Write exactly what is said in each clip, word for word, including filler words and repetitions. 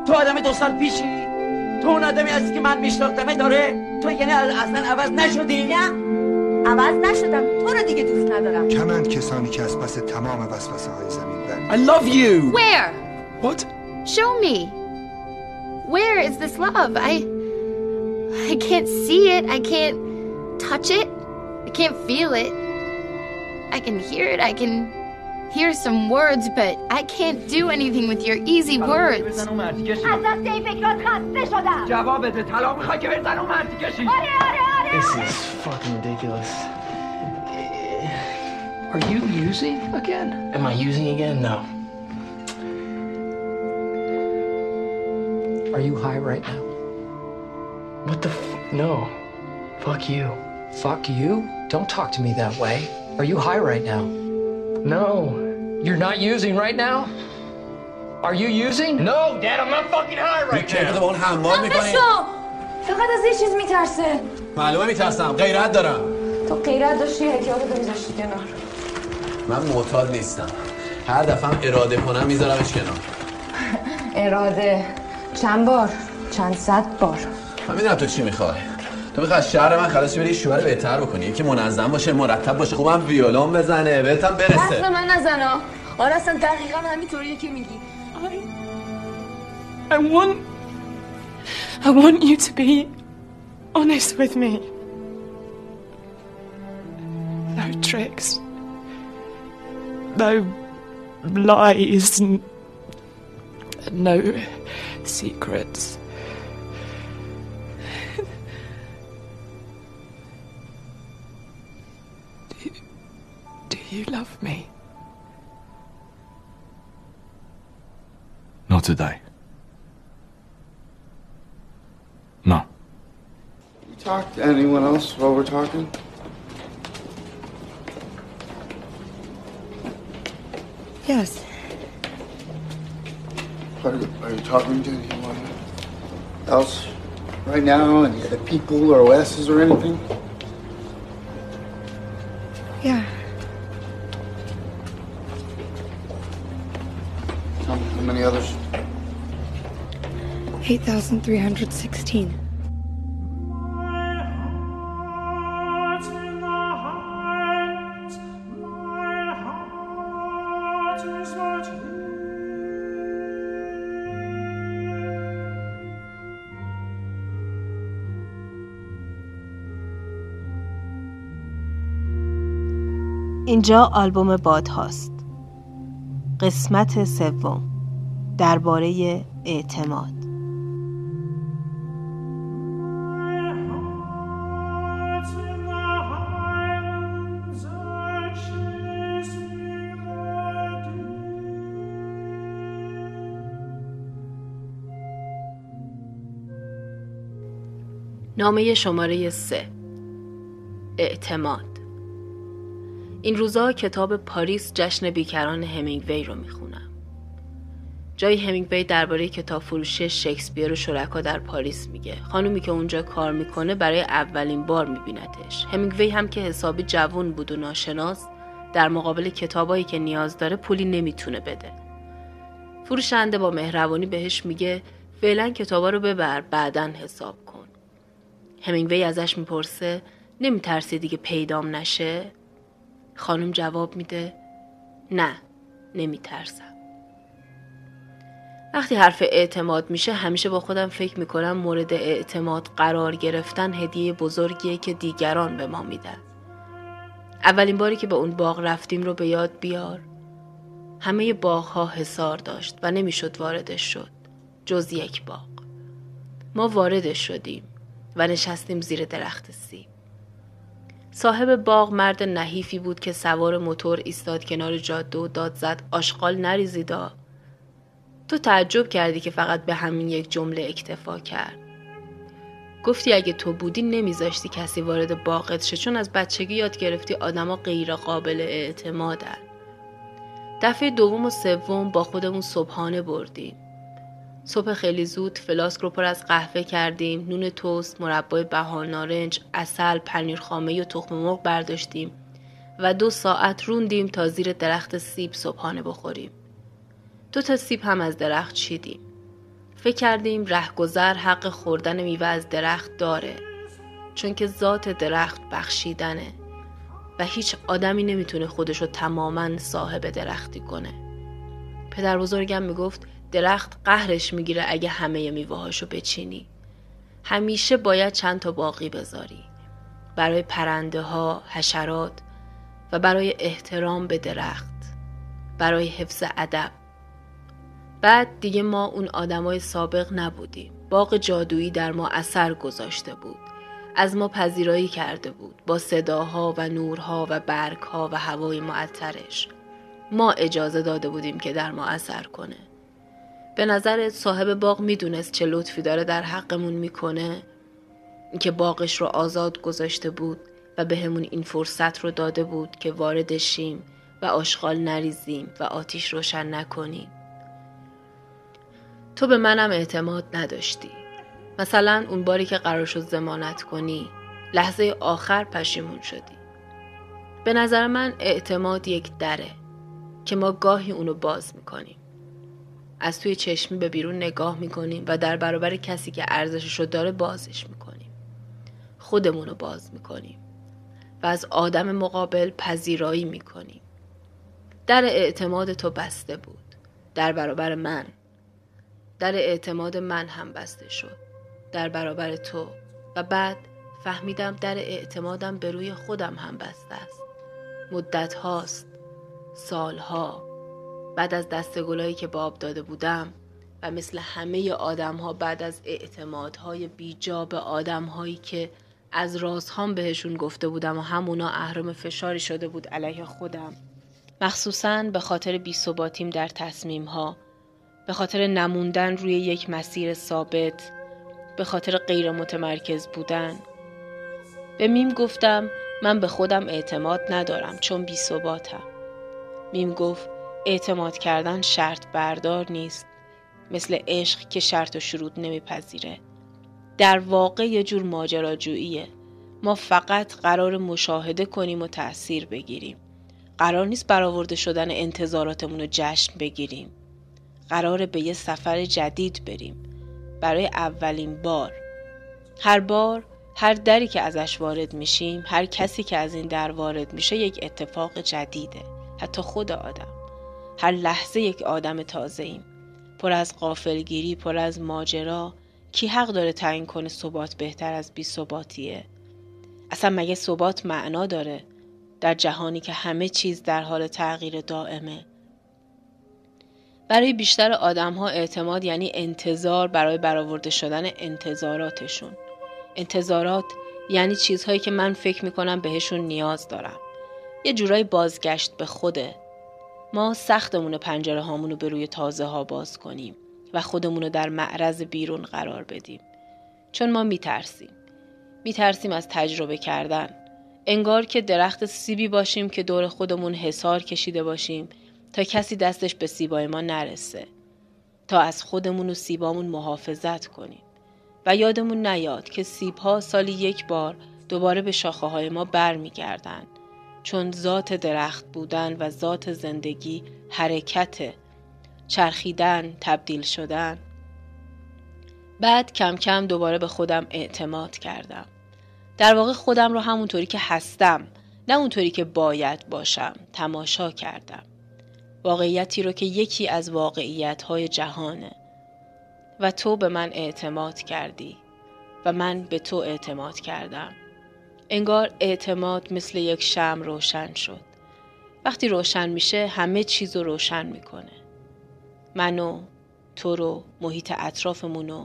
تو آدم دو سال پیشی؟ تو اون آدمی هستی که من میشناختمه داره؟ تو یعنی اصلا عوض نشدی؟ نه عوض نشدم، تو رو دیگه دوست ندارم. کمند کسانی که از پس تمام وسوسه های زمین بند. I love you. Where? What? Show me. Where is this love? I I can't see it. I can't touch it. I can't feel it. I can hear it. I can hear some words, but I can't do anything with your easy words. از دست این فکرات خسته شدم. جواب بده. طلاق میخوای که بزن اون مرد کشی. آره آره آره. This is fucking ridiculous. Are you using again? Am I using again? No. Are you high right now? What the f? No. Fuck you. Fuck you? Don't talk to me that way. Are you high right now? No. You're not using right now? Are you using? No, Dad, I'm not fucking high right now. کیفت با اون حمال میکنی؟ فقط از یه چیز میترسه. معلومه میترسم. غیرت دارم. تو غیرت داشتی احتیاطتو میذاشتی کنار. من معتاد نیستم. هر دفعه هم اراده کنم میذارمش کنار. اراده چند بار؟ چند صد بار. من میدونم تو چی میخوای. تو میخوای از شهر من خلاص بری شوهر بهتر بکنی، یکی منظم باشه، مرتب باشه، خوبم ویولون بزنه، بهتم برسه. دست به من نزنا. آره اصلا دقیقاً همینطوریه که میگی. I want I want you to be honest with me. No tricks. No lies. No secrets. Do you, do you love me? Not today. No. You talk to anyone else while we're talking? Yes. Are you, are you talking to anyone else right now? Any other people or Oasis or anything? Yeah. How, how many others? eight thousand three hundred sixteen. اینجا آلبوم بادهاست. قسمت سوم درباره اعتماد. نامه شماره سه. اعتماد. این روزا کتاب پاریس جشن بیکران همینگوی رو میخونم. جای همینگوی درباره کتاب فروشی شکسپیر و شرکا در پاریس میگه. خانومی که اونجا کار میکنه برای اولین بار میبینتش. همینگوی هم که حسابی جوون بود و ناشناس، در مقابل کتابایی که نیاز داره پولی نمیتونه بده. فروشنده با مهربانی بهش میگه فعلا کتابا رو ببر، بعدن حساب کن. همینگوی ازش میپرسه نمیترسی دیگه پیدام نشه؟ خانم جواب میده نه، نمیترسم. وقتی حرف اعتماد میشه همیشه با خودم فکر میکنم مورد اعتماد قرار گرفتن هدیه بزرگیه که دیگران به ما میدن. اولین باری که به اون باغ رفتیم رو به یاد بیار. همه باغ‌ها حصار داشت و نمیشد واردش شد جز یک باغ. ما واردش شدیم و نشستیم زیر درخت سیب. صاحب باغ مرد نحیفی بود که سوار موتور ایستاد کنار جاده و داد زد آشغال نریزیدا. تو تعجب کردی که فقط به همین یک جمله اکتفا کرد. گفتی اگه تو بودی نمیذاشتی کسی وارد باغت شه، چون از بچگی یاد گرفتی آدما غیر قابل اعتمادن. دفعه دوم و سوم با خودمون صبحانه بردیم. صبح خیلی زود فلاسک رو پر از قهوه کردیم، نون توست، مربای بهار نارنج، عسل، پنیر خامه و تخم مرغ برداشتیم و دو ساعت روندیم تا زیر درخت سیب صبحانه بخوریم. دو تا سیب هم از درخت چیدیم. فکر کردیم رهگذر حق خوردن میوه از درخت داره، چون که ذات درخت بخشیدنه و هیچ آدمی نمیتونه خودشو تماماً صاحب درختی کنه. پدر بزرگم میگفت درخت قهرش میگیره اگه همه میوه‌هاشو بچینی. همیشه باید چند تا باقی بذاری برای پرنده ها، حشرات و برای احترام به درخت، برای حفظ ادب. بعد دیگه ما اون آدمای سابق نبودیم. باغ جادویی در ما اثر گذاشته بود. از ما پذیرایی کرده بود با صداها و نورها و برگها و هوای معطرش. ما اجازه داده بودیم که در ما اثر کنه. به نظر صاحب باغ میدونست چه لطفی داره در حقمون میکنه؟ که باغش رو آزاد گذاشته بود و به همون این فرصت رو داده بود که وارد شیم و آشغال نریزیم و آتیش روشن نکنیم. تو به منم اعتماد نداشتی. مثلا اون باری که قرار شد ضمانت کنی، لحظه آخر پشیمون شدی. به نظر من اعتماد یک دره که ما گاهی اونو باز میکنیم. از توی چشمی به بیرون نگاه میکنیم و در برابر کسی که ارزشش رو داره بازش میکنیم. خودمونو باز میکنیم و از آدم مقابل پذیرایی میکنیم. در اعتماد تو بسته بود در برابر من. در اعتماد من هم بسته شد در برابر تو و بعد فهمیدم در اعتمادم به روی خودم هم بسته است. مدت هاست، سالها، بعد از دستگلایی که باب داده بودم و مثل همه آدم ها بعد از اعتمادهای بیجا به آدم هایی که از رازهام بهشون گفته بودم و همونا اهرم فشاری شده بود علیه خودم، مخصوصاً به خاطر بی‌ثباتیم در تصمیم ها، به خاطر نموندن روی یک مسیر ثابت، به خاطر غیر متمرکز بودن. به میم گفتم من به خودم اعتماد ندارم چون بی‌ثباتم. میم گفت اعتماد کردن شرط بردار نیست، مثل عشق که شرط و شروط نمیپذیره. در واقع یه جور ماجراجوییه. ما فقط قرار مشاهده کنیم و تأثیر بگیریم. قرار نیست برآورده شدن انتظاراتمون رو جشن بگیریم. قراره به یه سفر جدید بریم. برای اولین بار. هر بار، هر دری که ازش وارد میشیم، هر کسی که از این در وارد میشه یک اتفاق جدیده. حتی خود آدم. هر لحظه یک آدم تازه ایم. پر از غافلگیری، پر از ماجرا. کی حق داره تعیین کنه ثبات بهتر از بی ثباتیه؟ اصلا مگه ثبات معنا داره در جهانی که همه چیز در حال تغییر دائمه؟ برای بیشتر آدم‌ها اعتماد یعنی انتظار برای برآورده شدن انتظاراتشون. انتظارات یعنی چیزهایی که من فکر میکنم بهشون نیاز دارم. یه جورایی بازگشت به خوده. ما سختمونه پنجره هامونو به روی تازه ها باز کنیم و خودمونو در معرض بیرون قرار بدیم. چون ما میترسیم. میترسیم از تجربه کردن. انگار که درخت سیبی باشیم که دور خودمون حصار کشیده باشیم تا کسی دستش به سیبای ما نرسه. تا از خودمون و سیبامون محافظت کنیم. و یادمون نیاد که سیبها سالی یک بار دوباره به شاخه های ما بر می گردن. چون ذات درخت بودن و ذات زندگی حرکت، چرخیدن، تبدیل شدن. بعد کم کم دوباره به خودم اعتماد کردم. در واقع خودم رو همونطوری که هستم، نه اونطوری که باید باشم، تماشا کردم. واقعیتی رو که یکی از واقعیت‌های جهانه. و تو به من اعتماد کردی و من به تو اعتماد کردم. انگار اعتماد مثل یک شمع روشن شد. وقتی روشن میشه همه چیز رو روشن میکنه. منو، تو رو، محیط اطرافمونو.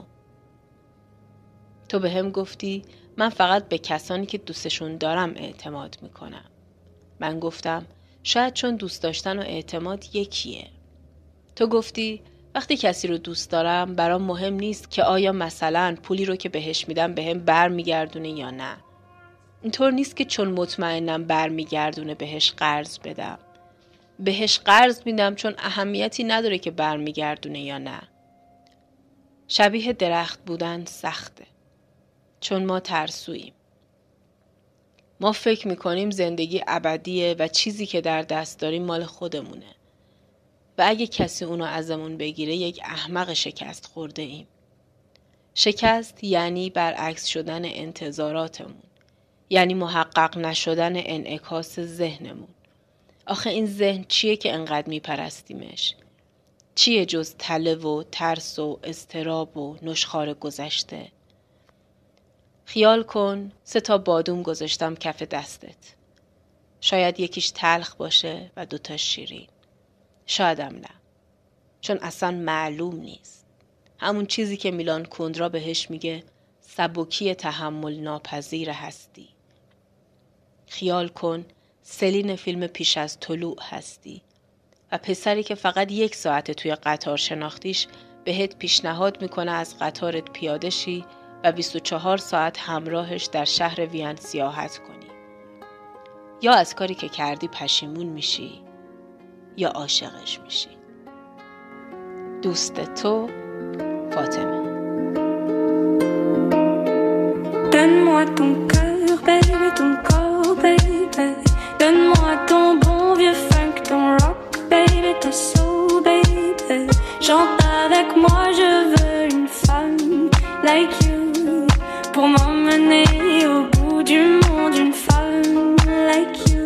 تو به هم گفتی من فقط به کسانی که دوستشون دارم اعتماد میکنم. من گفتم شاید چون دوست داشتن و اعتماد یکیه. تو گفتی وقتی کسی رو دوست دارم برام مهم نیست که آیا مثلا پولی رو که بهش میدم بهم بر میگردونه یا نه. اینطور نیست که چون مطمئنم بر میگردونه بهش قرض بدم. بهش قرض میدم چون اهمیتی نداره که بر میگردونه یا نه. شبیه درخت بودن سخته. چون ما ترسوییم. ما فکر میکنیم زندگی ابدیه و چیزی که در دست داریم مال خودمونه. و اگه کسی اونو ازمون بگیره یک احمق شکست خورده ایم. شکست یعنی برعکس شدن انتظاراتمون. یعنی محقق نشدن انعکاس ذهنمون. آخه این ذهن چیه که انقدر میپرستیمش؟ چیه جز تله و ترس و اضطراب و نشخوار گذشته؟ خیال کن سه تا بادوم گذاشتم کف دستت. شاید یکیش تلخ باشه و دوتا شیرین. شایدم نه. چون اصلا معلوم نیست. همون چیزی که میلان کندرا بهش میگه سبکی تحمل ناپذیر هستی. خیال کن سلین فیلم پیش از طلوع هستی و پسری که فقط یک ساعت توی قطار شناختیش بهت پیشنهاد میکنه از قطارت پیاده شی و بیست و چهار ساعت همراهش در شهر وین سیاحت کنی. یا از کاری که کردی پشیمون میشی یا عاشقش میشی. دوست تو فاطمه. Donne-moi ton cœur, baby, ton corps, baby. Donne-moi ton bon vieux funk, ton rock, baby, ta soul, baby. Chante avec moi, je veux une femme like you pour m'emmener au bout du monde, une femme like you.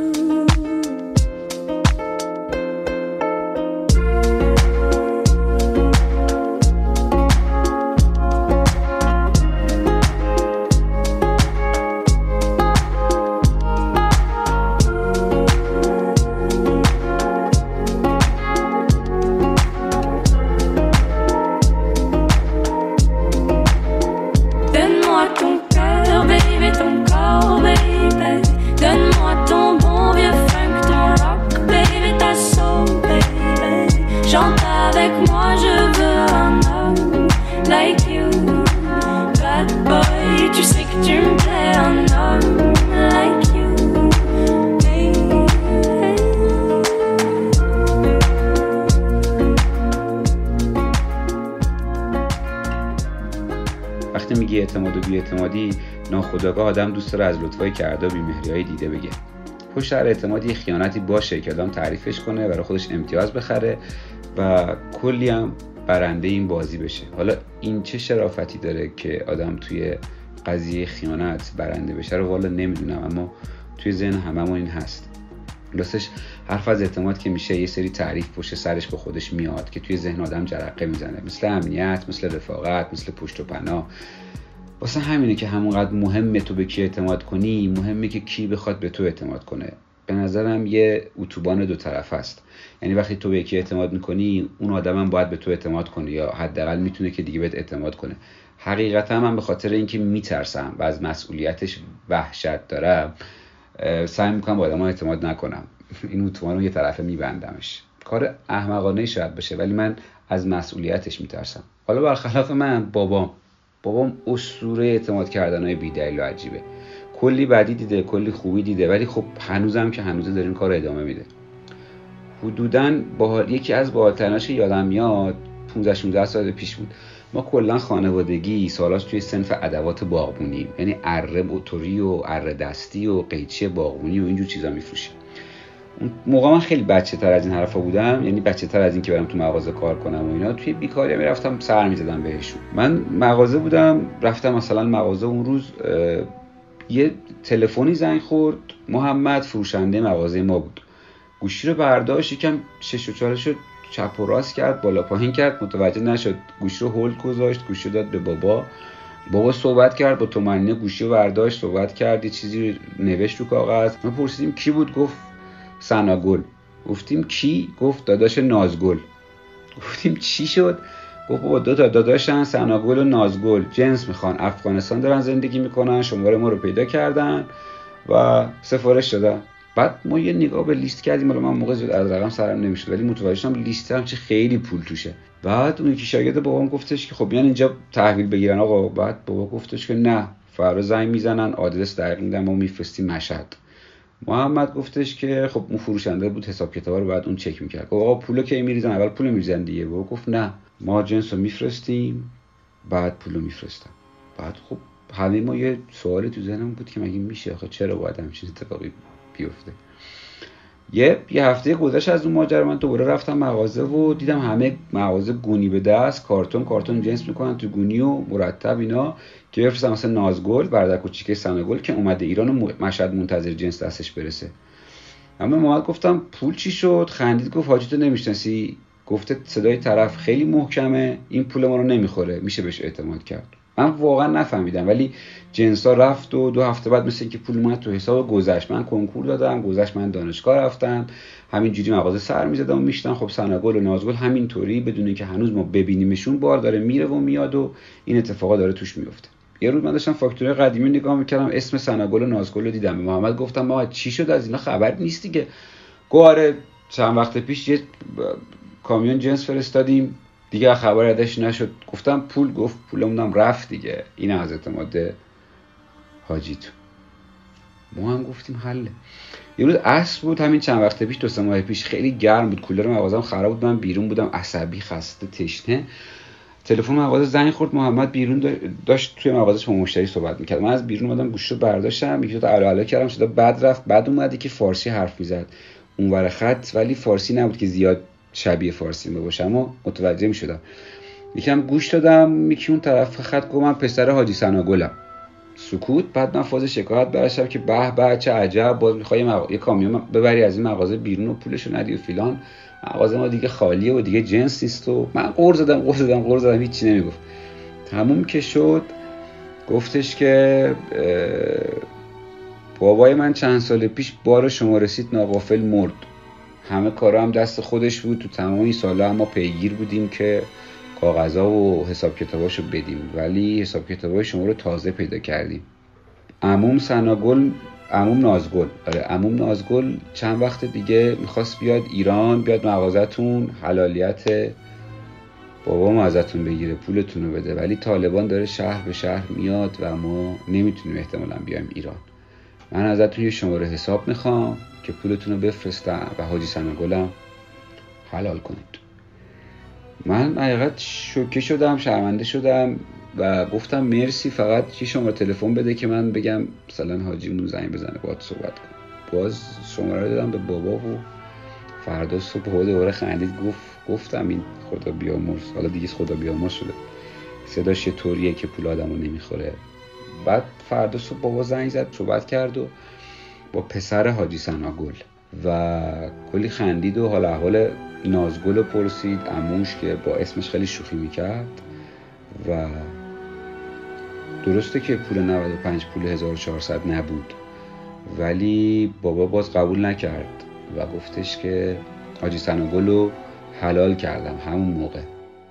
وقتی میگی اعتماد و بی‌اعتمادی، ناخودآگاه آدم دوست داره از لطفای کرده و بی‌مهری‌های دیده بگه. پشت هر اعتمادی خیانتی باشه که آدم تعریفش کنه، برای خودش امتیاز بخره و کلی هم برنده این بازی بشه. حالا این چه شرافتی داره که آدم توی قضیه خیانت برنده بشه رو والا نمیدونم، اما توی ذهن هممون این هست. راستش حرف از اعتماد که میشه یه سری تعریف پشت سرش به خودش میاد که توی ذهن آدم جرقه میزنه، مثل امنیت، مثل رفاقت، مثل پشت و پناه. واسه همینه که همونقدر مهمه تو به کی اعتماد کنی، مهمه که کی بخواد به تو اعتماد کنه. به نظرم یه اتوبان دو طرف است. یعنی وقتی تو به یکی اعتماد میکنی، اون آدم هم باید به تو اعتماد کنه یا حداقل میتونه که دیگه بهت اعتماد کنه. حقیقتا من به خاطر اینکه میترسم و از مسئولیتش وحشت دارم، سعی میکنم با آدم‌ها اعتماد نکنم. این اتوبان رو یه طرفه میبندمش. کار احمقانه شاید باشه ولی من از مسئولیتش میترسم. حالا برخلاف من بابام بابام اسطوره اعتماد کردنای بی‌دلیل و عجیبه. کلی بدی دیده، کلی خوبی دیده، ولی خب هنوزم که هنوزه داره این کار ادامه میده. حدوداً با یکی از باحال‌تریناش یادم میاد پانزده شانزده سال پیش بود. ما کلا خانوادگی سالاش توی صنف ادوات باغبونی، یعنی اره موتوری و اره دستی و قیچی باغبونی و اینجور چیزا میفروشیم. اون موقع من خیلی بچه تر از این حرفا بودم، یعنی بچه تر از این که برم تو مغازه کار کنم و اینا. توی بیکاری میرفتم سر میزدم بهشون. من مغازه بودم، رفتم مثلا مغازه، اون روز یه تلفنی زنگ خورد، محمد فروشنده مغازه ما بود. گوشی رو برداشت، یکم شش و چهار شد، چپ و راست کرد، بالا پایین کرد، متوجه نشد، گوشی رو هولد گذاشت، گوشی رو داد به بابا. بابا صحبت کرد با تومنینه، گوشی رو برداشت، صحبت کرد، یه چیزی نوشت رو کاغذ. ما پرسیدیم کی بود؟ گفت سناگل. گفتیم کی؟ گفت داداش نازگل. گفتیم چی شد؟ گفت بابا دو تا داداشن، سناگل و نازگل، جنس میخوان، افغانستان دارن زندگی میکنن، شماره ما رو پیدا کردن و سفارش دادن. بعد ما یه نگاه به لیست کردیم، حالا من موقع زیاد از رقم سرم نمیشد ولی متوجه شدم لیست هم چه خیلی پول توشه. بعد اون یکی شاگرد بابام گفتش که خب بیان اینجا تحویل بگیرن آقا. بعد بابا گفتش که نه، فردا زنگ میزنن، آدرس دقیق میدن، ما میفرستیم مشهد. محمد گفتش که خب اون فروشنده بود، حساب کتابا رو بعد اون چک میکرد. گفت آقا پولو کی میریزن؟ اول پولو میریزن دیگه. بابا گفت نه، ما جنسو میفرستیم بعد پولو میفرستن. بعد خب همه ما یه سوالی تو ذهنمون بود که مگه میشه؟ آخه چرا باید همچین اتفاقی بیفته؟ یه یه هفته گذشت از اون ماجرا، من دوباره رفتم مغازه و دیدم همه مغازه گونی به دست، کارتون کارتون جنس میکنن تو گونی و مرتب اینا که بفرستن مثلا نازگل برادر کوچیکه سناگل که اومده ایران و مشهد منتظر جنس دستش برسه. اما محمد گفتم پول چی شد؟ خندید گفت حاجی تو نمیشناسی؟ گفته صدای طرف خیلی محکمه، این پول ما رو نمیخوره، میشه بهش اعتماد کرد. من واقعا نفهمیدم، ولی جنسا رفت و دو هفته بعد مثل اینکه پول اومد تو حساب گذشت. من کنکور دادم، گذشت، من دانشگاه رفتم، همینجوری مغازه سر میزدم و میشتم. خب سناگل و نازگل همینطوری بدون اینکه هنوز ما ببینیمشون بار داره میره و میاد و این اتفاقا داره توش میفته. یه روز من داشتم فاکتور قدیمی نگاه میکردم، اسم سناگل و نازگل رو دیدم. به محمد گفتم ما چی شد از اینا خبر نیست دیگه؟ گواره چند وقت پیش یه کامیون جنس فرستادیم دیگه خبر ازش نشد. گفتم پول، گفت پولمونم رفت دیگه. این از اعتماد حاجی تو. ما هم گفتیم حله. یه روز عصر بود همین چند وقت پیش، دو سه ماه پیش، خیلی گرم بود، کولر مغازم خراب بود، من بیرون بودم عصبی، خسته، تشنه. تلفن مغازه زنگ خورد، محمد بیرون داشت توی مغازش با مشتری صحبت میکرد. من از بیرون اومدم گوشو برداشتم، یکی دو تا الو الو کردم، صدا بد رفت. بعد اومدی که فارسی حرف میزد اونور خط، ولی فارسی نبود که زیاد شبیه فارسی باشه، اما متوجه میشدم. یکم گوش دادم، یکی اون طرف خط گفت من پسر حاجی سناگلم. سکوت. بعد من فاز شکایت برشم که به به چه عجب، باز میخوای مغ... یه کامیون ببری از این مغازه بیرون و پولشو ندی و فلان، مغازه ما دیگه خالیه و دیگه جنس نیست. و من قور زدم قور زدم قور زدم هیچ چی نمیگفت. تموم که شد گفتش که بابای من چند سال پیش بار شما رسید ناغافل مرد، همه کارا هم دست خودش بود، تو تمام این سالا ما پیگیر بودیم که کاغذا و حساب کتاباشو بدیم، ولی حساب کتابای شما رو تازه پیدا کردیم. عموم سناگل، عموم نازگل، آره عموم نازگل چند وقت دیگه میخواست بیاد ایران، بیاد مغازتون حلالیت بابام ازتون بگیره، پولتون رو بده، ولی طالبان داره شهر به شهر میاد و ما نمیتونیم احتمالاً بیایم ایران. من ازتون یه شماره حساب میخوام که پولتون رو بفرستم و حاجی سناگلم حلال کنید. من حقیقت شوکه شدم، شرمنده شدم و گفتم مرسی، فقط یه شماره تلفن بده که من بگم مثلا حاجیمون زنگ بزنه باهات صحبت کنم. باز شماره رو دادم به بابا و فردا صبح بابا دوباره خندید، گفت گفتم این خدا بیامرز، حالا دیگه خدا بیامرز شده، صداش یه طوریه که پول آدمو نمیخوره. بعد فردا صبح بابا زنگ زد، صحبت کرد و با پسر حاجی سناگل و کلی خندید و حال احوال نازگل رو پرسید، عموش که با اسمش خیلی شوخی میکرد. و درسته که پول نود و پنج پول هزار و چهارصد نبود، ولی بابا باز قبول نکرد و گفتش که حاجی سناگل رو حلال کردم همون موقع.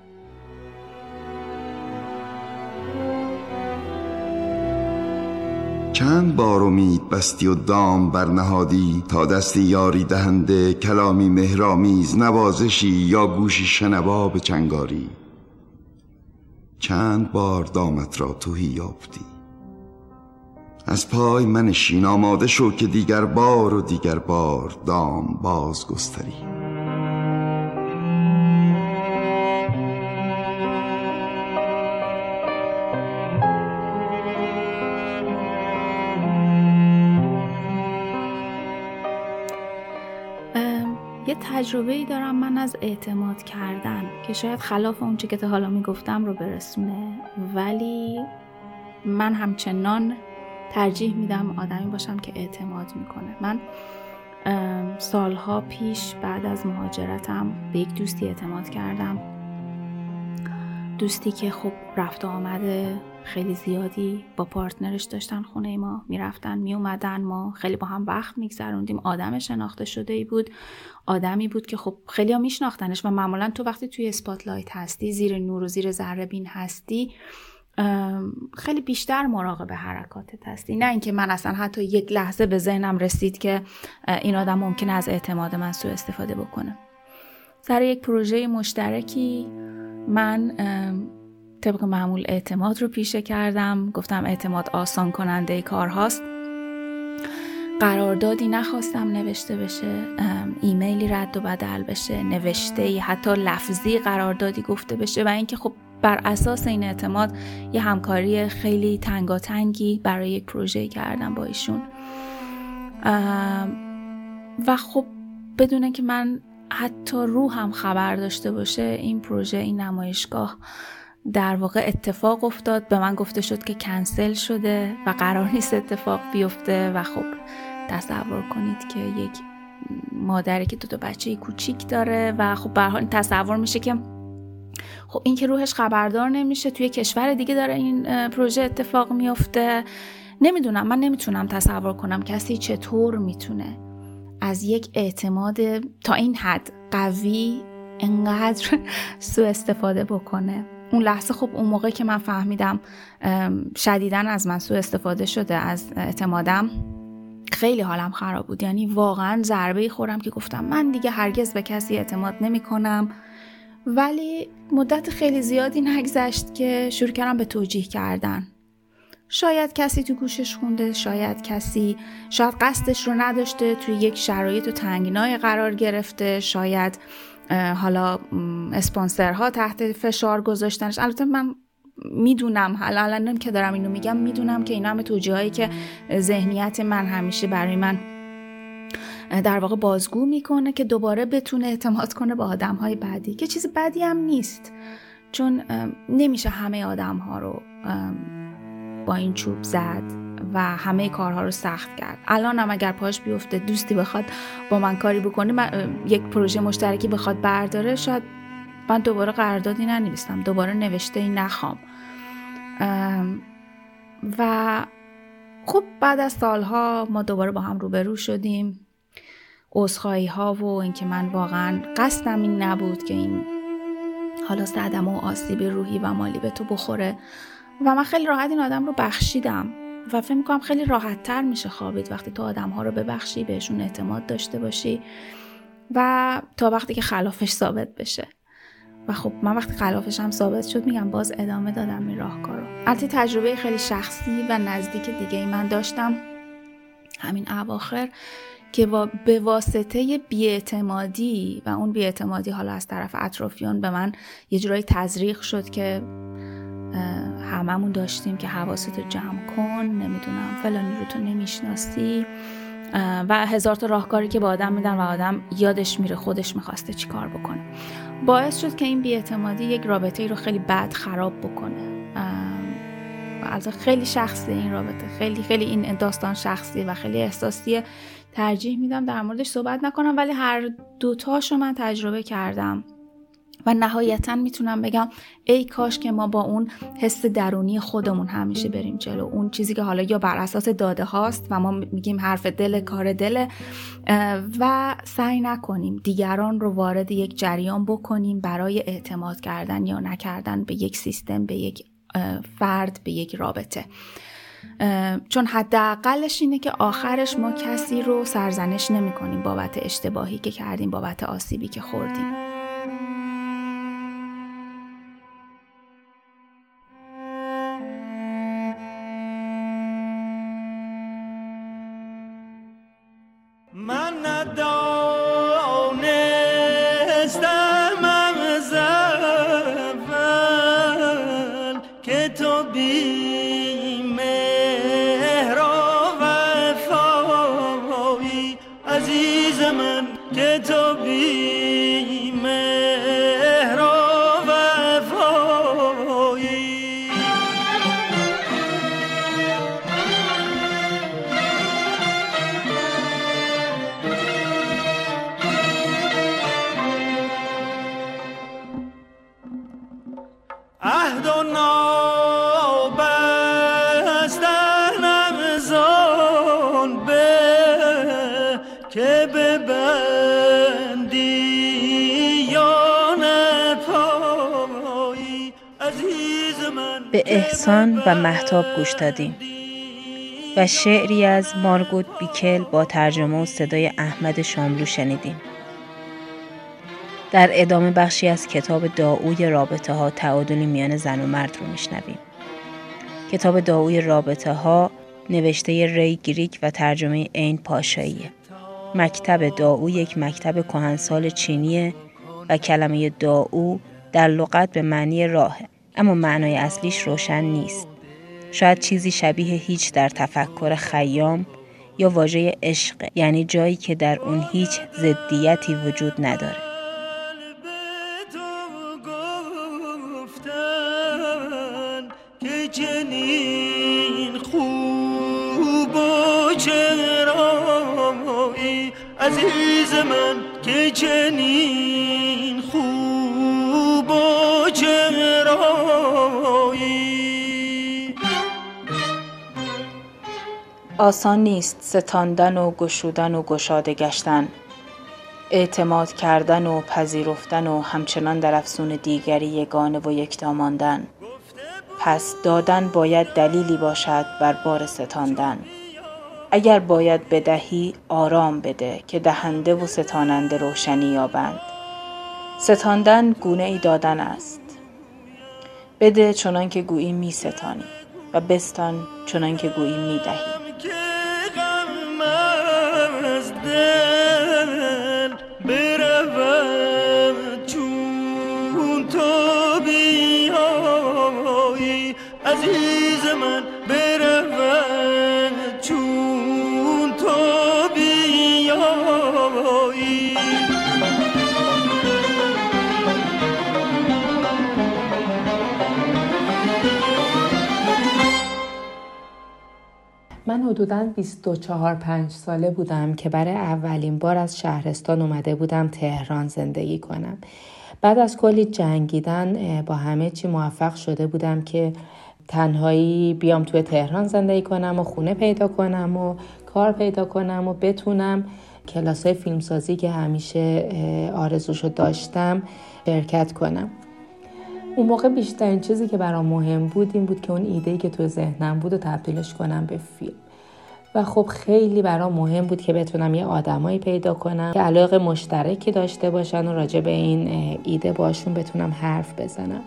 چند بار امید بستی و دام برنهادی، تا دستی یاری دهنده کلامی مهرامیز، نوازشی یا گوشی شنوا به چنگاری. چند بار دامت را توهی یافتی، از پای منشین آماده شو که دیگر بار و دیگر بار دام باز گستری. یه تجربه‌ای دارم من از اعتماد کردن که شاید خلاف اون چی که تا حالا میگفتم رو برسونه، ولی من همچنان ترجیح میدم آدمی باشم که اعتماد میکنه. من سالها پیش بعد از مهاجرتم به یک دوستی اعتماد کردم، دوستی که خب رفت و آمده خیلی زیادی با پارتنرش داشتن، خونه ما میرفتن میومدن، ما خیلی با هم وقت میگذروندیم. آدم شناخته شده ای بود، آدمی بود که خب خیلی ها میشناختنش و معمولا تو وقتی توی اسپاتلایت هستی، زیر نور و زیر ذره بین هستی، خیلی بیشتر مراقب حرکاتت هستی. نه اینکه من اصلا حتی یک لحظه به ذهنم رسید که این آدم ممکنه از اعتماد من سوء استفاده بکنه. سر یک پروژه مشترکی من طبق معمول اعتماد رو پیشه کردم، گفتم اعتماد آسان کننده کار هاست. قراردادی نخواستم نوشته بشه، ایمیلی رد و بدل بشه، نوشته حتی لفظی قراردادی گفته بشه، و اینکه خب بر اساس این اعتماد یه همکاری خیلی تنگاتنگی برای یک پروژه کردم با ایشون. و خب بدون که من حتی روحم خبر داشته باشه این پروژه، این نمایشگاه در واقع اتفاق افتاد. به من گفته شد که کنسل شده و قرار نیست اتفاق بیفته و خب تصور کنید که یک مادری که دو تا بچه کوچیک داره و خب به هر حال تصور میشه که خب این که روحش خبردار نمیشه، توی کشور دیگه داره این پروژه اتفاق میفته. نمیدونم، من نمیتونم تصور کنم کسی چطور میتونه از یک اعتماد تا این حد قوی انقدر سوء استفاده بکنه. اون لحظه خب اون موقع که من فهمیدم شدیداً از من سوء استفاده شده از اعتمادم، خیلی حالم خراب بود. یعنی واقعاً ضربه‌ای خوردم که گفتم من دیگه هرگز به کسی اعتماد نمی کنم. ولی مدت خیلی زیادی نگذشت که شروع کردم به توجیه کردن. شاید کسی تو گوشش خونده، شاید کسی شاید قصدش رو نداشته، توی یک شرایط و تنگنای قرار گرفته، شاید حالا اسپانسرها تحت فشار گذاشتنش. البته من میدونم، حالا الانم که دارم اینو میگم میدونم که اینا همه توجیهایی که ذهنیت من همیشه برای من در واقع بازگو میکنه که دوباره بتونه اعتماد کنه به آدمهای بعدی، که چیز بدی هم نیست، چون نمیشه همه آدمها رو با این چوب زد و همه کارها رو سخت کرد. الان هم اگر پاش بیفته دوستی بخواد با من کاری بکنه، من یک پروژه مشترکی بخواد برداره، شاید من دوباره قراردادی ننویسم، دوباره نوشته ای نخوام. و خب بعد از سالها ما دوباره با هم روبرو شدیم، عذرخواهی ها و اینکه من واقعا قصدم این نبود که این حالا صدمه و آسیب روحی و مالی به تو بخوره. و من خیلی راحت این آدم رو بخشیدم و فکر می‌کنم خیلی راحت تر میشه خوابید وقتی تو آدم ها رو ببخشی، بهشون اعتماد داشته باشی و تا وقتی که خلافش ثابت بشه. و خب من وقتی خلافش هم ثابت شد، میگم باز ادامه دادم این راهکارو. البته تجربه خیلی شخصی و نزدیک دیگه من داشتم همین اواخر که به واسطه بی‌اعتمادی و اون بی‌اعتمادی حالا از طرف اطرافیان به من یه جورایی تزریق شد که هممون داشتیم که حواستو جمع کن، نمیدونم فلانی رو تو نمیشناسی و هزار تا راهکاری که با آدم میدن و آدم یادش میره خودش میخواسته چی کار بکنه. باعث شد که این بی‌اعتمادی یک رابطه ای رو خیلی بد خراب بکنه. البته خیلی شخصی این رابطه، خیلی خیلی این داستان شخصی و خیلی احساسیه، ترجیح میدم در موردش صحبت نکنم، ولی هر دوتاشو من تجربه کردم و نهایتاً میتونم بگم ای کاش که ما با اون حس درونی خودمون همیشه بریم جلو. اون چیزی که حالا یا بر اساس داده هاست و ما میگیم حرف دل، کار دل، و سعی نکنیم دیگران رو وارد یک جریان بکنیم برای اعتماد کردن یا نکردن به یک سیستم، به یک فرد، به یک رابطه. چون حداقلش اینه که آخرش ما کسی رو سرزنش نمی کنیم بابت اشتباهی که کردیم، بابت آسیبی که خوردیم. من ندانستم از اول که تو بی مهر و وفایی، عزیز من که تو بی مهر و وفایی. عهد و نابستنم زان به که ببندی یا نپایی، عزیز من. به احسان و مهتاب گوش دادیم و شعری از مارگوت بیکل با ترجمه و صدای احمد شاملو شنیدیم. در ادامه بخشی از کتاب داعوی رابطه ها، تعادلی میان زن و مرد رو میشنویم. کتاب داعوی رابطه ها نوشته ری گریک و ترجمه عین پاشاییه. مکتب داعو یک مکتب کهنسال چینیه و کلمه داعو در لغت به معنی راهه، اما معنای اصلیش روشن نیست. شاید چیزی شبیه هیچ در تفکر خیام یا واژه عشق، یعنی جایی که در اون هیچ ضدیتی وجود نداره. که چنین خوب و چرایی عزیز من، که چنین خوب و چرایی. آسان نیست ستاندن و گشودن و گشاده گشتن، اعتماد کردن و پذیرفتن و همچنان در افسون دیگری یگانه و یکتا ماندن. پس دادن باید دلیلی باشد بر بار ستاندن. اگر باید بدهی آرام بده که دهنده و ستاننده روشنی یابند. ستاندن گونه ای دادن است. بده چنان که گویی می ستانی و بستان چنان که گویی می دهی. عزیز من برود چون تو بیایی. من حدوداً بیست و چهار پنج ساله بودم که برای اولین بار از شهرستان اومده بودم تهران زندگی کنم. بعد از کلی جنگیدن با همه چی موفق شده بودم که تنهایی بیام توی تهران زندگی کنم و خونه پیدا کنم و کار پیدا کنم و بتونم کلاسای فیلمسازی که همیشه آرزوشو داشتم شرکت کنم. اون موقع بیشترین چیزی که برام مهم بود این بود که اون ایده‌ای که توی ذهنم بود و تبدیلش کنم به فیلم. و خب خیلی برام مهم بود که بتونم یه آدمایی پیدا کنم که علاقه مشترکی داشته باشن و راجع به این ایده باشون بتونم حرف بزنم.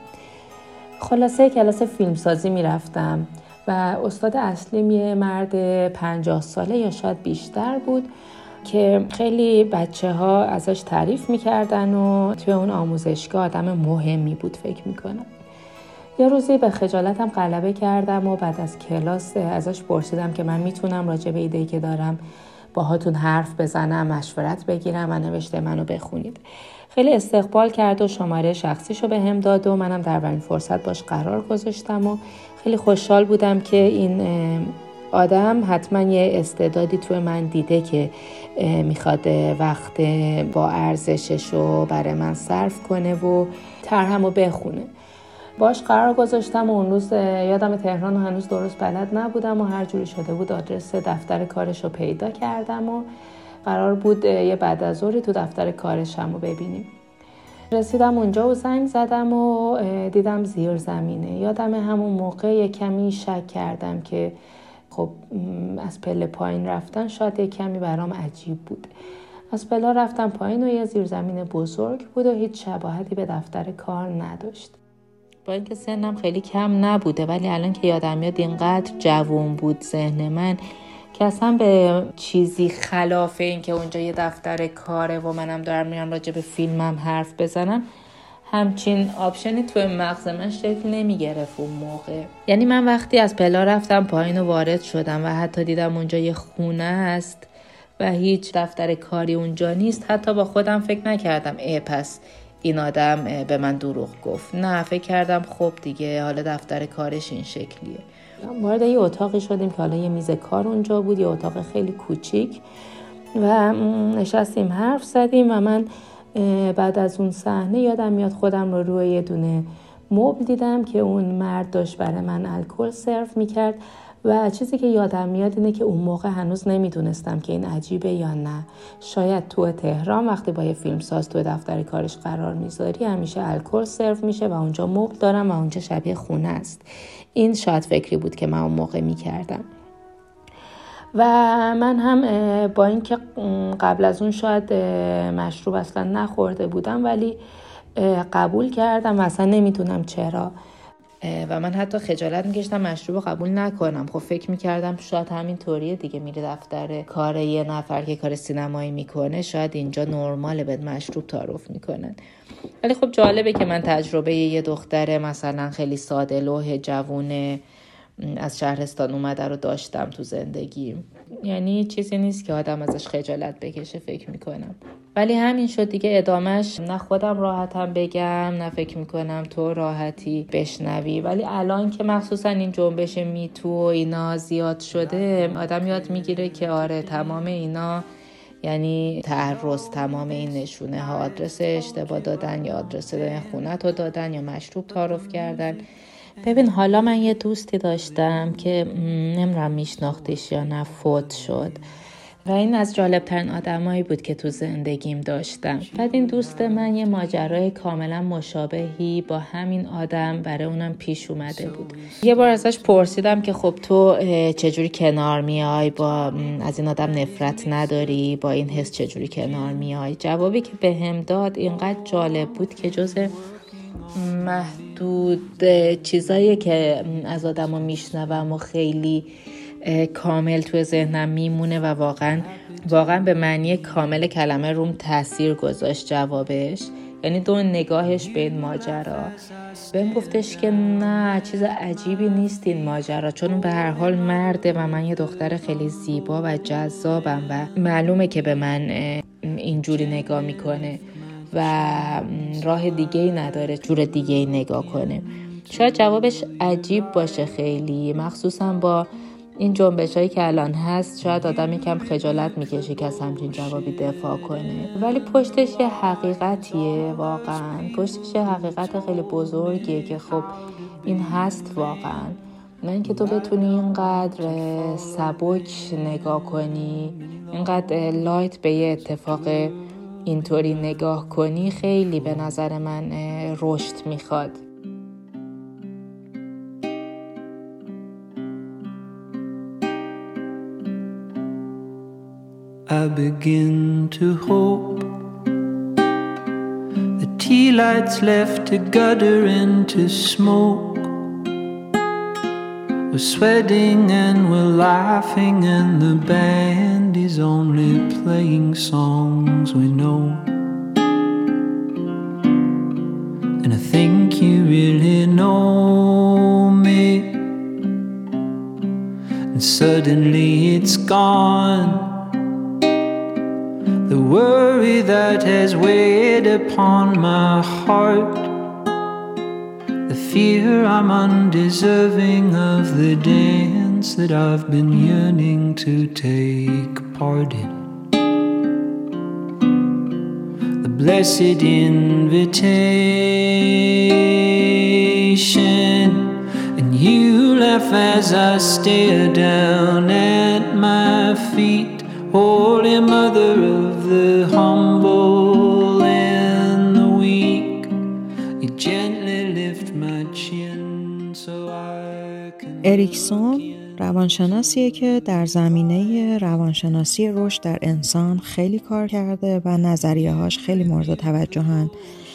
خلاصه کلاس فیلمسازی میرفتم و استاد اصلیم یه مرد پنجاه ساله یا شاید بیشتر بود که خیلی بچه ها ازش تعریف میکردن و توی اون آموزشگاه آدم مهمی بود فکر میکنم. یه روزی به خجالتم غلبه کردم و بعد از کلاس ازش پرسیدم که من میتونم راجع به ایده‌ای که دارم باهاتون حرف بزنم، مشورت بگیرم و نوشته منو بخونید. خیلی استقبال کرد و شماره شخصیشو به هم داد و منم در اولین فرصت باش قرار گذاشتم و خیلی خوشحال بودم که این آدم حتما یه استعدادی توی من دیده که میخواد وقت با ارزششو برای من صرف کنه و طرحمو بخونه. باش قرار گذاشتم و اون روز یادم تهران و هنوز درست بلد نبودم و هر جوری شده بود آدرس دفتر کارشو پیدا کردم و قرار بود یه بعد از ظهری تو دفتر کارشم رو ببینیم. رسیدم اونجا و زنگ زدم و دیدم زیر زمینه. یادم همون موقع یه کمی شک کردم که خب از پله پایین رفتن شاید یه کمی برام عجیب بود. از پله رفتم پایین و یه زیر زمین بزرگ بود و هیچ شباهتی به دفتر کار نداشت. با اینکه سنم خیلی کم نبوده ولی الان که یادم میاد اینقدر جوون بود ذهن من که اصلا به چیزی خلاف این که اونجا یه دفتر کاره و منم دارم میرم راجع به فیلمم حرف بزنم همچین آپشنی توی مغز من شکل نمی گرفت اون موقع. یعنی من وقتی از پلا رفتم پایین و وارد شدم و حتی دیدم اونجا یه خونه هست و هیچ دفتر کاری اونجا نیست، حتی با خودم فکر نکردم ای پس این آدم به من دروغ گفت. نه، فکر کردم خب دیگه حالا دفتر کارش این شکلیه. وارد یه اتاقی شدیم که حالا یه میز کار اونجا بود، یه اتاق خیلی کوچیک و نشستیم حرف زدیم و من بعد از اون صحنه یادم میاد خودم رو روی یه دونه مبل دیدم که اون مرد داشت برای من الکل سرو میکرد و چیزی که یادم میاد اینه که اون موقع هنوز نمیدونستم که این عجیبه یا نه. شاید تو تهران وقتی با یه فیلمساز تو دفتر کارش قرار میذاری همیشه الکل سرو میشه و اونجا مبل دارم و اونجا شبیه خونه است. این شاید فکری بود که من اون موقع میکردم و من هم با اینکه قبل از اون شاید مشروب اصلا نخورده بودم ولی قبول کردم و اصلا نمیدونم چرا و من حتی خجالت میکشتم مشروب قبول نکنم. خب فکر میکردم شاید همین طوریه دیگه، میره دفتر کار یه نفر که کار سینمایی میکنه شاید اینجا نرماله بهت مشروب تعارف میکنن. ولی خب جالبه که من تجربه یه دختر مثلا خیلی ساده لوح جوونه از شهرستان اومده رو داشتم تو زندگیم. یعنی چیزی نیست که آدم ازش خجالت بکشه فکر میکنم. ولی همین شد دیگه، ادامش نه خودم راحتم بگم نه فکر میکنم تو راحتی بشنوی. ولی الان که مخصوصا این جنبش میتو و اینا زیاد شده، آدم یاد میگیره که آره تمام اینا یعنی تعرض، تمام این نشونه ها آدرس اشتباه دادن یا آدرس خونت رو دادن یا مشروب تعارف کردن. ببین حالا من یه دوستی داشتم که نمیدونم میشناختیش یا نه، فوت شد و این از جالبترین آدمایی بود که تو زندگیم داشتم. بعد این دوست من یه ماجرای کاملا مشابهی با همین آدم برای اونم پیش اومده بود. یه بار ازش پرسیدم که خب تو چجوری کنار میای، با از این آدم نفرت نداری، با این حس چجوری کنار میای؟ جوابی که بهم داد اینقدر جالب بود که جز محدود چیزایی که از آدمو میشنوم و خیلی کامل توی ذهنم میمونه و واقعا واقعا به معنی کامل کلمه روم تاثیر گذاشت جوابش. یعنی دو نگاهش به این ماجرا بهم گفتش که نه چیز عجیبی نیست این ماجرا، چون به هر حال مرده و من یه دختر خیلی زیبا و جذابم و معلومه که به من اینجوری نگاه میکنه و راه دیگه ای نداره جور دیگه ای نگاه کنه. شاید جوابش عجیب باشه خیلی، مخصوصا با این جنبش هایی که الان هست شاید آدم یکم خجالت میکشه که از همچین جوابی دفاع کنه، ولی پشتش یه حقیقتیه، واقعا پشتش یه حقیقت خیلی بزرگیه که خب این هست واقعا. نه اینکه تو بتونی اینقدر سبک نگاه کنی، اینقدر لایت به یه اتفاق اینطوری نگاه کنی، خیلی به نظر من رشد میخواد. I begin to hope the tea lights left a gutter into smoke. We're sweating and we're laughing and the band is only playing songs we know. And I think you really know me, and suddenly it's gone. The worry that has weighed upon my heart, the fear I'm undeserving of the dance that I've been yearning to take part in. The blessed invitation, and you laugh as I stare down at my feet. Holy Mother of the humble and the weak, you gently lift my chin so I can... اریکسون روانشناسیه که در زمینه روانشناسی رشد در انسان خیلی کار کرده و نظریه‌هاش خیلی مورد توجهن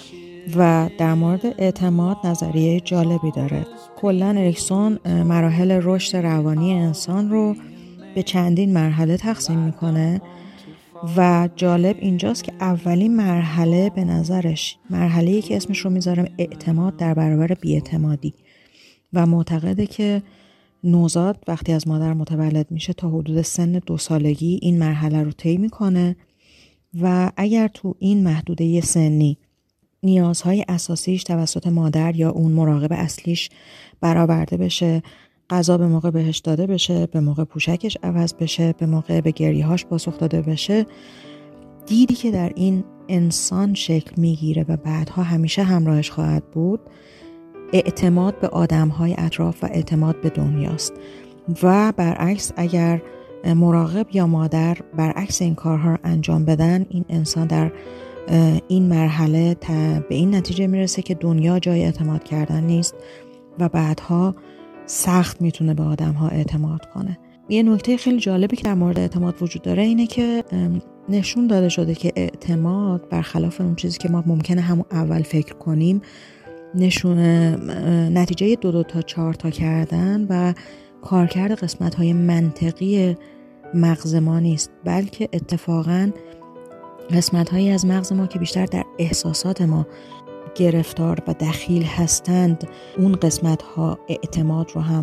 و در مورد اعتماد نظریه جالبی داره. کلاً اریکسون مراحل رشد روانی انسان رو به چندین مرحله تقسیم میکنه و جالب اینجاست که اولین مرحله به نظرش مرحله‌ای که اسمش رو میذارم اعتماد در برابر بی‌اعتمادی و معتقده که نوزاد وقتی از مادر متولد میشه تا حدود سن دو سالگی این مرحله رو طی میکنه و اگر تو این محدوده سنی نیازهای اساسیش توسط مادر یا اون مراقب اصلیش برآورده بشه، غذا به موقع بهش داده بشه، به موقع پوشکش عوض بشه، به موقع به گریه‌هاش پاسخ داده بشه، دیدی که در این انسان شکل میگیره و بعدها همیشه همراهش خواهد بود، اعتماد به آدم‌های اطراف و اعتماد به دنیاست. و برعکس اگر مراقب یا مادر برعکس این کارها رو انجام بدن، این انسان در این مرحله به این نتیجه میرسه که دنیا جای اعتماد کردن نیست و بعدها سخت میتونه به آدم ها اعتماد کنه. یه نکته خیلی جالبی که در مورد اعتماد وجود داره اینه که نشون داده شده که اعتماد برخلاف اون چیزی که ما ممکنه همون اول فکر کنیم نشون نتیجه دو دو تا چهار تا کردن و کارکرد قسمت های منطقی مغز ما نیست، بلکه اتفاقاً قسمت هایی از مغز ما که بیشتر در احساسات ما گرفتار و دخیل هستند، اون قسمت ها اعتماد رو هم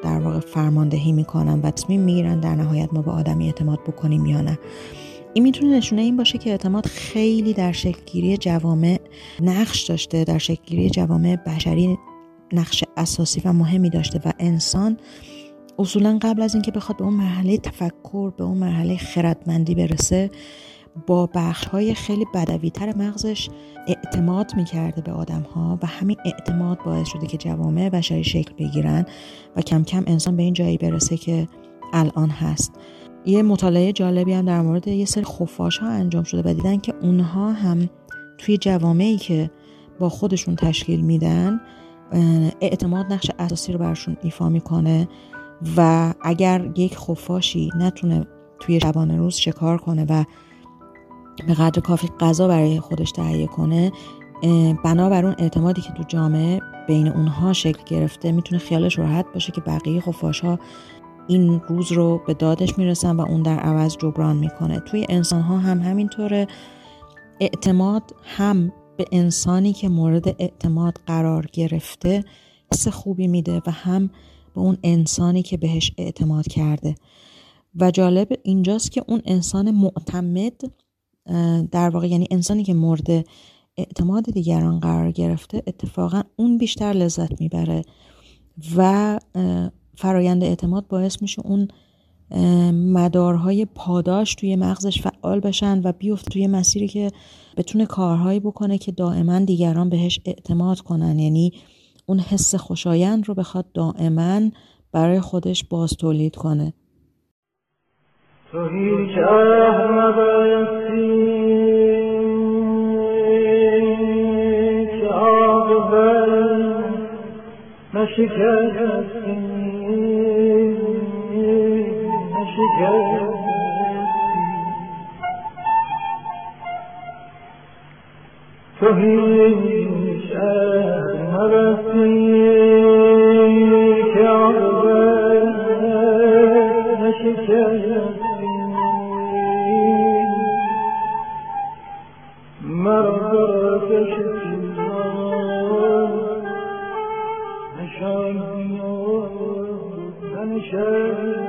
در واقع فرماندهی میکنن و تصمیم میگیرن در نهایت ما به آدمی اعتماد بکنیم یا نه. این میتونه نشونه این باشه که اعتماد خیلی در شکلگیری جوامع نقش داشته، در شکلگیری جوامع بشری نقش اساسی و مهمی داشته و انسان اصولا قبل از اینکه بخواد به اون مرحله تفکر، به اون مرحله خردمندی برسه، با بخش‌های خیلی بدوی‌تر مغزش اعتماد می‌کرده به آدم‌ها و همین اعتماد باعث شده که جوامع بشری شکل بگیرن و کم کم انسان به این جایی برسه که الان هست. یه مطالعه جالبی هم در مورد یه سری خفاش‌ها انجام شده و دیدن که اونها هم توی جوامعی که با خودشون تشکیل میدن اعتماد نقش اساسی رو براشون ایفا میکنه و اگر یک خفاشی نتونه توی شبانه روز شکار کنه و به قدر کافی غذا برای خودش تهیه کنه، بنابر اون اعتمادی که تو جامعه بین اونها شکل گرفته میتونه خیالش راحت باشه که بقیه خفاش‌ها این روز رو به دادش میرسن و اون در عوض جبران میکنه. توی انسان‌ها هم همینطوره. اعتماد هم به انسانی که مورد اعتماد قرار گرفته حس خوبی میده و هم به اون انسانی که بهش اعتماد کرده. و جالب اینجاست که اون انسان معتمد در واقع، یعنی انسانی که مورد اعتماد دیگران قرار گرفته، اتفاقا اون بیشتر لذت میبره و فرایند اعتماد باعث میشه اون مدارهای پاداش توی مغزش فعال بشن و بیفته توی مسیری که بتونه کارهایی بکنه که دائما دیگران بهش اعتماد کنن، یعنی اون حس خوشایند رو بخواد دائما برای خودش باز تولید کنه. تو هیچ احمقی که عاقبت نشکستی نشکستی تو هیچ احمقی که عاقبت نشکستی مرا کشتی نشانی و نشانی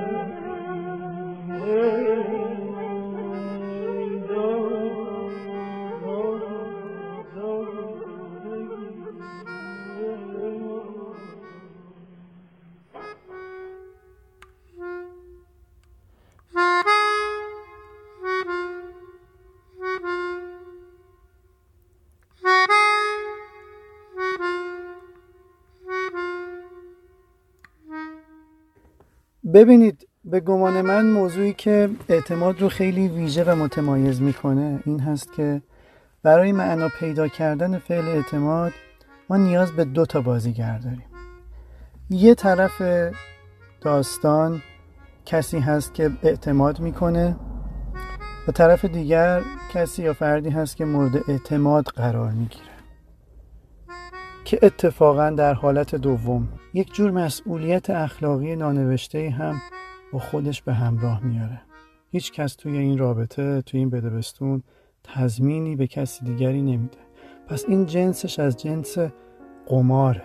ببینید، به گمان من موضوعی که اعتماد رو خیلی ویژه و متمایز میکنه این هست که برای معنا پیدا کردن فعل اعتماد ما نیاز به دو تا بازیگر داریم. یه طرف داستان کسی هست که اعتماد میکنه و طرف دیگر کسی یا فردی هست که مورد اعتماد قرار میگیره که اتفاقا در حالت دوم یک جور مسئولیت اخلاقی نانوشته هم با خودش به همراه میاره. هیچ کس توی این رابطه، توی این بدبستون تضمینی به کسی دیگری نمیده. پس این جنسش از جنس قماره.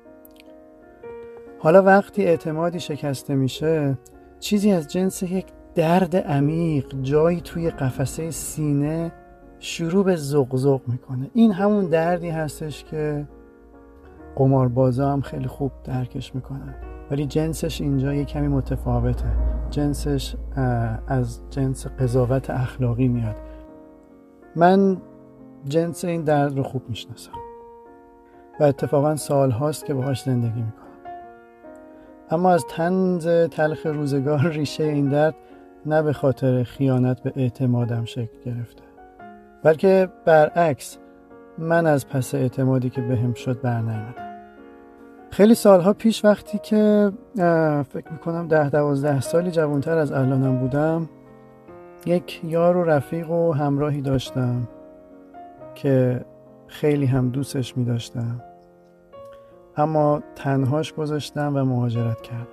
حالا وقتی اعتمادی شکسته میشه، چیزی از جنس یک درد عمیق جایی توی قفسه سینه شروع به زغزغ میکنه. این همون دردی هستش که قماربازا هم خیلی خوب درکش میکنن، ولی جنسش اینجا یه کمی متفاوته. جنسش از جنس قضاوت اخلاقی میاد. من جنس این درد رو خوب میشناسم و اتفاقا سال هاست که باهاش زندگی میکنم، اما از طنز تلخ روزگار ریشه این درد نه به خاطر خیانت به اعتمادم شکل گرفته، بلکه برعکس من از پس اعتمادی که بهم شد برنیامدم. خیلی سالها پیش وقتی که فکر میکنم ده دوازده سالی جوانتر از الانم بودم، یک یار و رفیق و همراهی داشتم که خیلی هم دوستش میداشتم، اما تنهاش گذاشتم و مهاجرت کردم.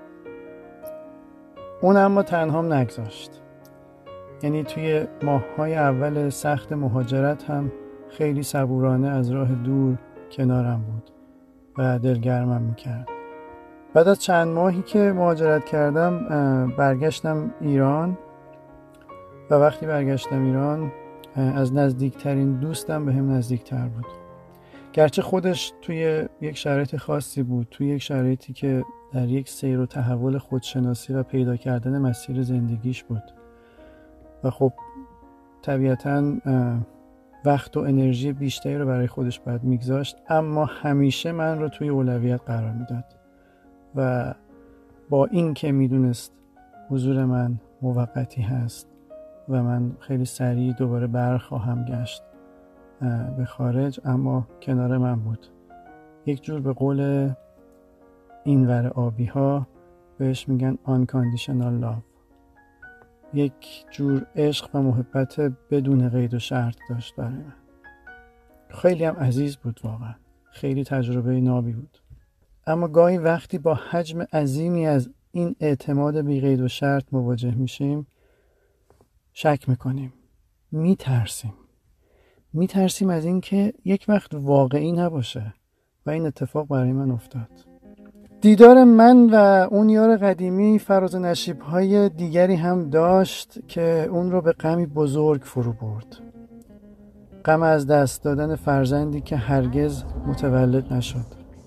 اون اما تنهام نگذاشت، یعنی توی ماه‌های اول سخت مهاجرت هم خیلی صبورانه از راه دور کنارم بود و دلگرمم میکرد. بعد از چند ماهی که مهاجرت کردم برگشتم ایران و وقتی برگشتم ایران از نزدیکترین دوستم به هم نزدیکتر بود. گرچه خودش توی یک شرایط خاصی بود، توی یک شرایطی که در یک سیر و تحول خودشناسی و پیدا کردن مسیر زندگیش بود و خب طبیعتاً وقت و انرژی بیشتری رو برای خودش باید میگذاشت، اما همیشه من رو توی اولویت قرار میداد و با این که میدونست حضور من موقتی هست و من خیلی سریع دوباره برخواهم گشت به خارج، اما کنار من بود. یک جور به قول اینور آبی ها بهش میگن unconditional love، یک جور عشق و محبت بدون قید و شرط داشت برای من. خیلی هم عزیز بود، واقعا خیلی تجربه نابی بود. اما گاهی وقتی با حجم عظیمی از این اعتماد بی قید و شرط مواجه میشیم شک میکنیم، میترسیم میترسیم از این که یک وقت واقعی نباشه و این اتفاق برای من افتاد. دیدار من و اون یار قدیمی فراز و نشیب‌های دیگری هم داشت که اون رو به غمی بزرگ فرو برد. غم از دست دادن فرزندی که هرگز متولد نشد.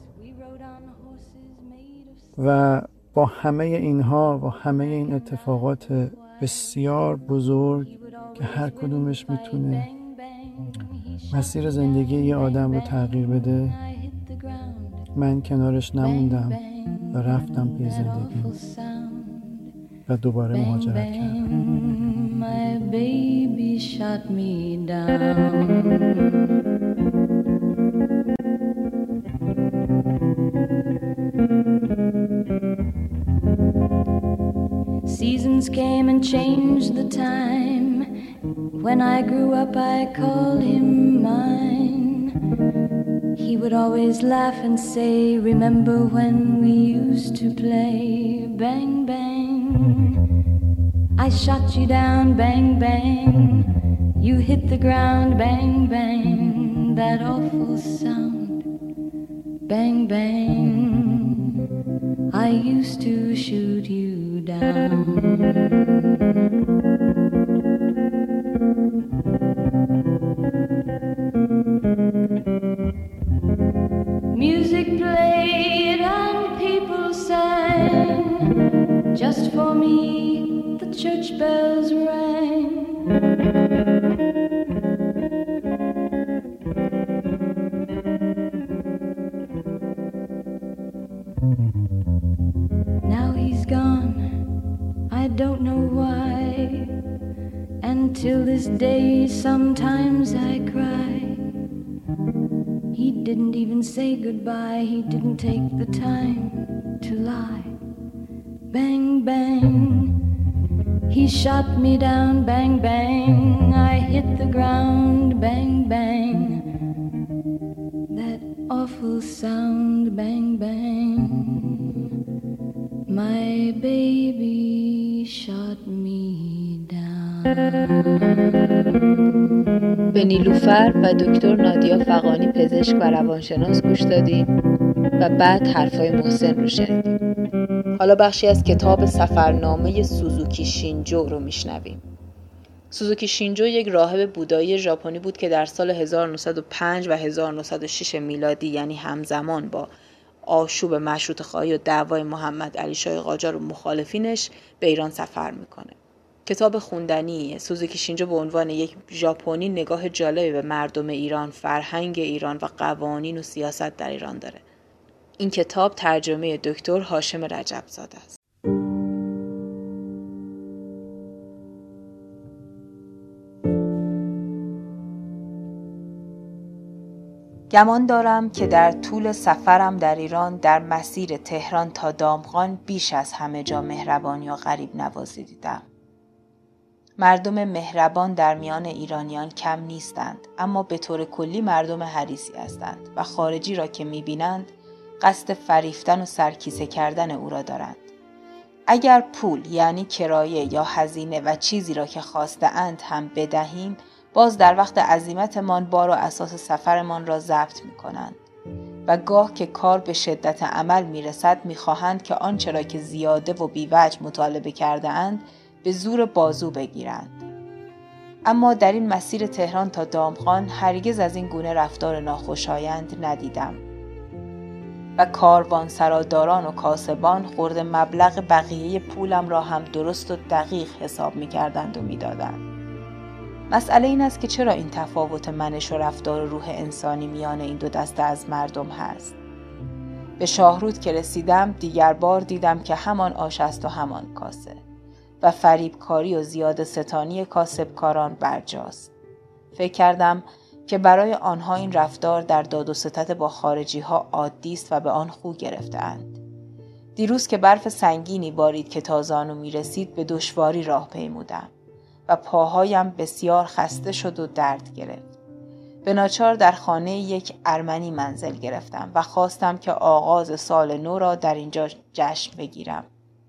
و با همه اینها و همه این اتفاقات بسیار بزرگ که هر کدومش میتونه مسیر زندگی یه آدم رو تغییر بده، من کنارش نموندم و رفتم پی زندگی و دوباره مهاجرت کردم. My baby shot me down. Seasons came and changed the time. When I grew up I called him mine. He would always laugh and say, remember when we used to play bang bang. I shot you down bang bang. You hit the ground bang bang. That awful sound bang bang. I used to shoot you down. Music played and people sang. Just for me the church bells rang. Now he's gone, I don't know why. And till this day sometimes I cry. He didn't even say goodbye, he didn't take the time to lie. Bang, bang, he shot me down, bang, bang. I hit the ground, bang, bang. That awful sound, bang, bang. My baby shot me down. به نیلوفر و دکتر نادیا فغانی پزشک و روانشناس گوش دادیم و بعد حرفای محسن رو شنیدیم. حالا بخشی از کتاب سفرنامه سوزوکی شینجو رو میشنویم. سوزوکی شینجو یک راهب بودایی ژاپنی بود که در سال هزار و نهصد و پنج و هزار و نهصد و شش میلادی، یعنی همزمان با آشوب مشروطه خواهی و دعوای محمد علی شاه قاجار و مخالفینش، به ایران سفر میکنه. کتاب خوندنیه. سوزوکی شینجو به عنوان یک ژاپنی نگاه جالبی به مردم ایران، فرهنگ ایران و قوانین و سیاست در ایران داره. این کتاب ترجمه دکتر هاشم رجبزاده است. گمان دارم که در طول سفرم در ایران در مسیر تهران تا دامغان بیش از همه جا مهربانی و غریب نوازی دیدم. مردم مهربان در میان ایرانیان کم نیستند، اما به طور کلی مردم حریصی هستند و خارجی را که می‌بینند قصد فریفتن و سرکیسه کردن او را دارند. اگر پول یعنی کرایه یا هزینه و چیزی را که خواسته اند هم بدهیم، باز در وقت عزیمتمان بار و اساس سفرمان را ضبط می‌کنند. و گاه که کار به شدت عمل میرسد میخواهند که آنچه را که زیاده و بیوجه مطالبه کرده اند به زور بازو بگیرند. اما در این مسیر تهران تا دامغان هرگز از این گونه رفتار ناخوشایند ندیدم و کاروانسراداران و کاسبان خورد مبلغ بقیه پولم را هم درست و دقیق حساب می‌کردند و می‌دادند. مسئله این است که چرا این تفاوت منش و رفتار روح انسانی میان این دو دسته از مردم هست. به شاهرود که رسیدم دیگر بار دیدم که همان آش است و همان کاسه و فریبکاری و زیاده ستانی کاسبکاران برجاست. فکر کردم که برای آنها این رفتار در داد و ستد با خارجی ها عادی است و به آن خو گرفته‌اند. دیروز که برف سنگینی بارید که تا زانو می رسید به دشواری راه پیمودم و پاهایم بسیار خسته شد و درد گرفت. به ناچار در خانه یک ارمنی منزل گرفتم و خواستم که آغاز سال نو را در اینجا جشن بگیرم.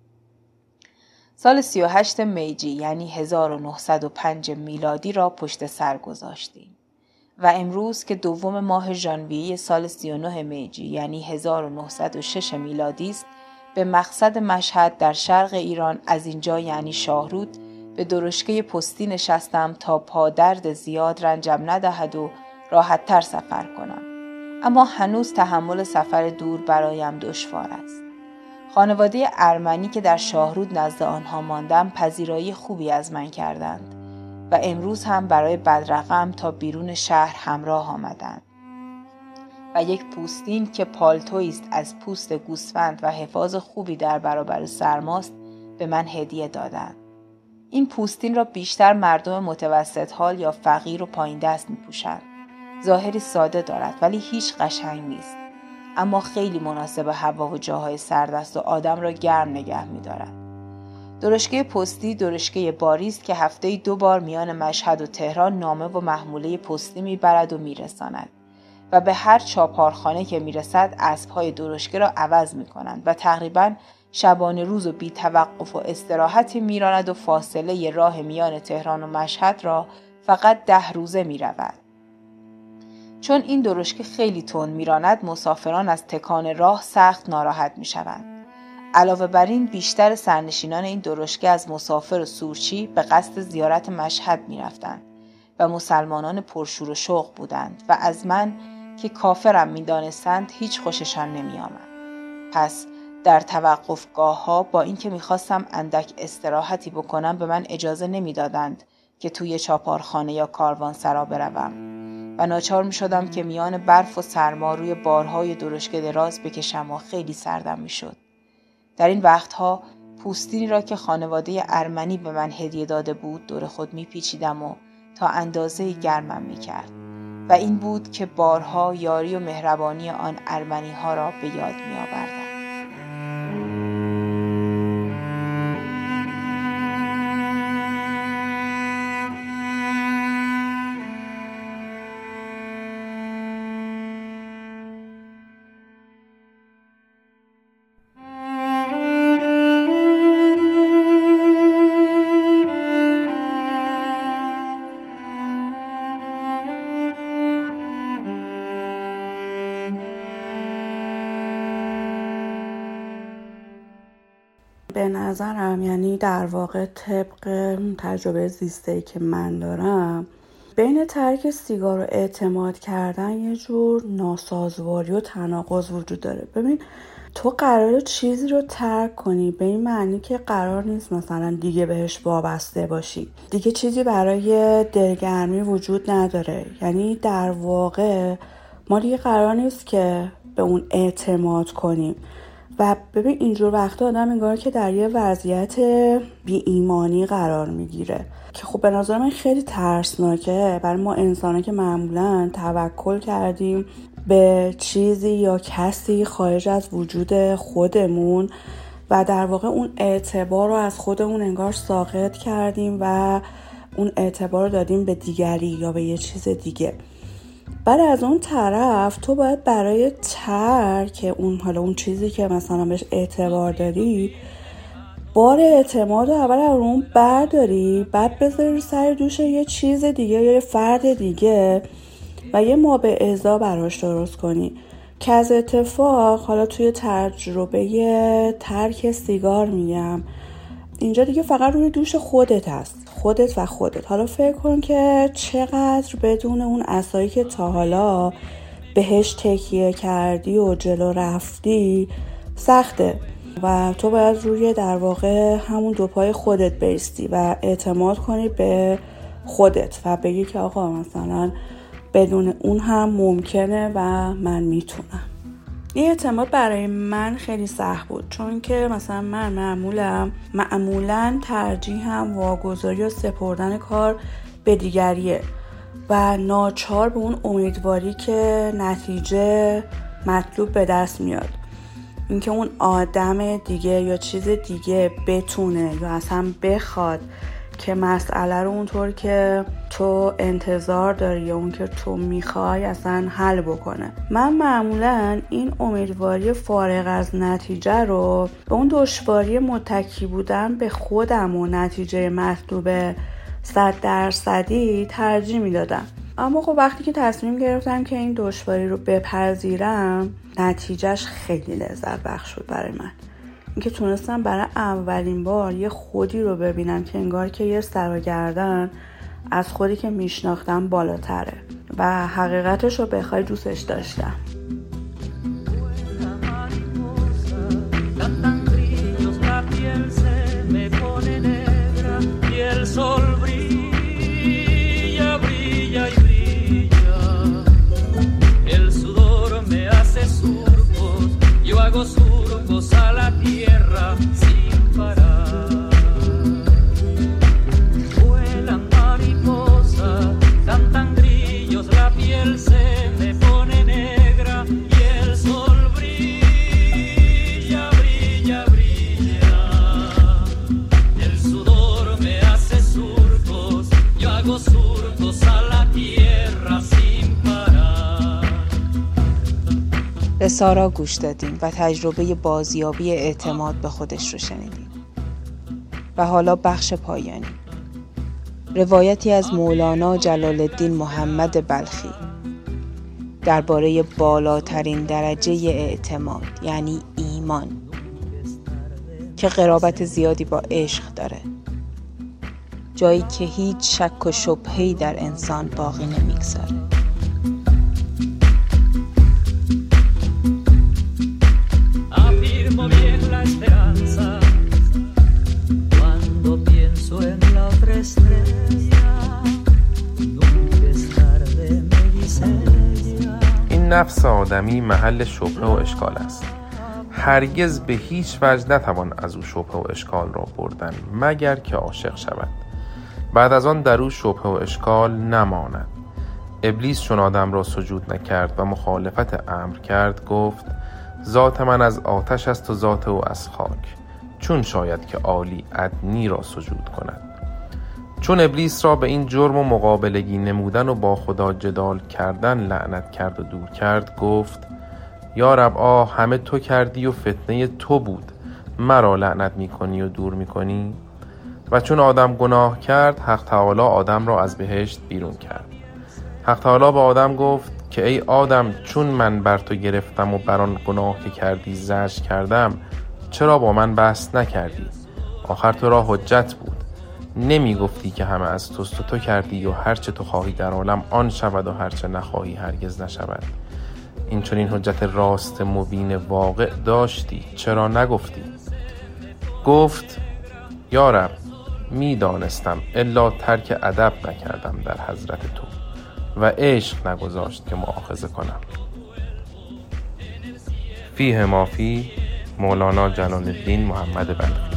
سال سی و هشت میجی یعنی هزار و نهصد و پنج میلادی را پشت سر گذاشتیم و امروز که دوم ماه ژانویه سال سی و نه میجی یعنی هزار و نهصد و شش میلادی است، به مقصد مشهد در شرق ایران از اینجا یعنی شاهرود به درشکه پستی نشستم تا پادرد زیاد رنجم ندهد و راحت تر سفر کنم. اما هنوز تحمل سفر دور برایم دشوار است. خانواده ارمنی که در شاهرود نزد آنها ماندم پذیرایی خوبی از من کردند و امروز هم برای بدرقم تا بیرون شهر همراه آمدند و یک پوستین که پالتویی است از پوست گوسفند و حفاظ خوبی در برابر سرماست به من هدیه دادند. این پوستین را بیشتر مردم متوسط حال یا فقیر و پایین دست می پوشند. ظاهری ساده دارد ولی هیچ قشنگ نیست، اما خیلی مناسب هوا و جاهای سرد است و آدم را گرم نگه می دارد. درشکه پستی درشکه باری است که هفته‌ای دو بار میان مشهد و تهران نامه و محموله پستی می برد و می رساند و به هر چاپارخانه که می رسد اسبهای درشکه را عوض می کنند و تقریباً شبانه روز و بی توقف و استراحتی می راند و فاصله راه میان تهران و مشهد را فقط ده روزه می رود. چون این درشکه خیلی تند می راند مسافران از تکان راه سخت ناراحت می شوند. علاوه بر این بیشتر سرنشینان این درشکه از مسافر و سورچی به قصد زیارت مشهد می رفتند و مسلمانان پرشور و شوق بودند و از من که کافرم می دانستند هیچ خوششان نمی آمد. پس در توقفگاه ها با اینکه می خواستم اندک استراحتی بکنم به من اجازه نمی دادند که توی چاپارخانه یا کاروانسرا بروم و ناچار می شدم که میان برف و سرما روی بارهای درشکه دراز بکشم و خیلی سردم می شد. در این وقتها پوستینی را که خانواده ارمنی به من هدیه داده بود دور خود می پیچیدم و تا اندازه گرمم می کرد و این بود که بارها یاری و مهربانی آن ارمنی ها را به یاد می آوردم. به نظرم یعنی در واقع طبق تجربه زیسته‌ای که من دارم بین ترک سیگار و اعتماد کردن یه جور ناسازواری و تناقض وجود داره. ببین تو قراره چیزی رو ترک کنی به این معنی که قرار نیست مثلا دیگه بهش وابسته باشی، دیگه چیزی برای دلگرمی وجود نداره. یعنی در واقع ما دیگه قرار نیست که به اون اعتماد کنیم و ببین اینجور وقتا آدم انگار که در یه وضعیت بی ایمانی قرار میگیره که خب به نظر من خیلی ترسناکه برای ما انسانا که معمولاً توکل کردیم به چیزی یا کسی خارج از وجود خودمون و در واقع اون اعتبار رو از خودمون انگار ساقط کردیم و اون اعتبار رو دادیم به دیگری یا به یه چیز دیگه. بعد از اون طرف تو باید برای ترک اون حالا اون چیزی که مثلا بهش اعتبار داری بار اعتماد رو اول از اون برداری، بعد بذاری سر دوش یه چیز دیگه یا یه فرد دیگه و یه ما به ازا براش درست کنی که از اتفاق حالا توی تجربه ترک سیگار میگم، اینجا دیگه فقط روی دوش خودت هست، خودت و خودت. حالا فکر کن که چقدر بدون اون عصایی که تا حالا بهش تکیه کردی و جلو رفتی سخته و تو باید روی در واقع همون دو پای خودت بیستی و اعتماد کنی به خودت و بگی که آقا مثلا بدون اون هم ممکنه و من میتونم. این اعتماد برای من خیلی سخت بود، چون که مثلا من معمولا معمولا ترجیحم واگذاری و سپردن کار به دیگریه و ناچار به اون امیدواری که نتیجه مطلوب به دست میاد، اینکه اون آدم دیگه یا چیز دیگه بتونه یا اصلا بخواد که مسئله رو اونطور که تو انتظار داری یا اون که تو میخوای اصلا حل بکنه. من معمولا این امیدواری فارغ از نتیجه رو به اون دشواری متکی بودن به خودم و نتیجه مطلوب صد درصدی ترجیح میدادم. اما خب وقتی که تصمیم گرفتم که این دشواری رو بپذیرم، نتیجهش خیلی لذت بخش بود برای من. اینکه تونستم برای اولین بار یه خودی رو ببینم که انگار که یه سر و گردن از خودی که میشناختم بالاتره و حقیقتش رو بخوای دوستش داشتم. surcos a la tierra sin parar. Vuelan mariposas, cantan grillos, la piel se me pone negra y el sol brilla, brilla, brilla. El sudor me hace surcos, yo hago surcos a la tierra sin parar. به سارا گوش دادیم و تجربه بازیابی اعتماد به خودش رو شنیدیم. و حالا بخش پایانی. روایتی از مولانا جلال الدین محمد بلخی درباره بالاترین درجه اعتماد، یعنی ایمان، که قرابت زیادی با عشق داره. جایی که هیچ شک و شبهه‌ای در انسان باقی نمیگذاره. این نفس آدمی محل شبهه و اشکال است. هرگز به هیچ وجه نتوان از او شبهه و اشکال را بردن مگر که عاشق شود. بعد از آن در او شبهه و اشکال نماند. ابلیس چون آدم را سجود نکرد و مخالفت امر کرد، گفت ذات من از آتش است و ذات او از خاک. چون شاید که عالی ادنی را سجود کند. چون ابلیس را به این جرم و مقابلگی نمودن و با خدا جدال کردن لعنت کرد و دور کرد، گفت یا رب، آه همه تو کردی و فتنه تو بود، مرا لعنت میکنی و دور میکنی. و چون آدم گناه کرد، حق تعالی آدم را از بهشت بیرون کرد. حق تعالی به آدم گفت که ای آدم، چون من بر تو گرفتم و بر آن گناه که کردی زجر کردم، چرا با من بحث نکردی؟ آخر تو را حجت بود. نمی گفتی که همه از توست و تو کردی و هرچه تو خواهی در عالم آن شود و هرچه نخواهی هرگز نشود. این چون این حجت راست مبین واقع داشتی، چرا نگفتی؟ گفت یا رب، می دانستم الا ترک ادب نکردم در حضرت تو و عشق نگذاشت که مؤاخذه کنم. فیه ما فی مولانا جلال الدین محمد بلخی.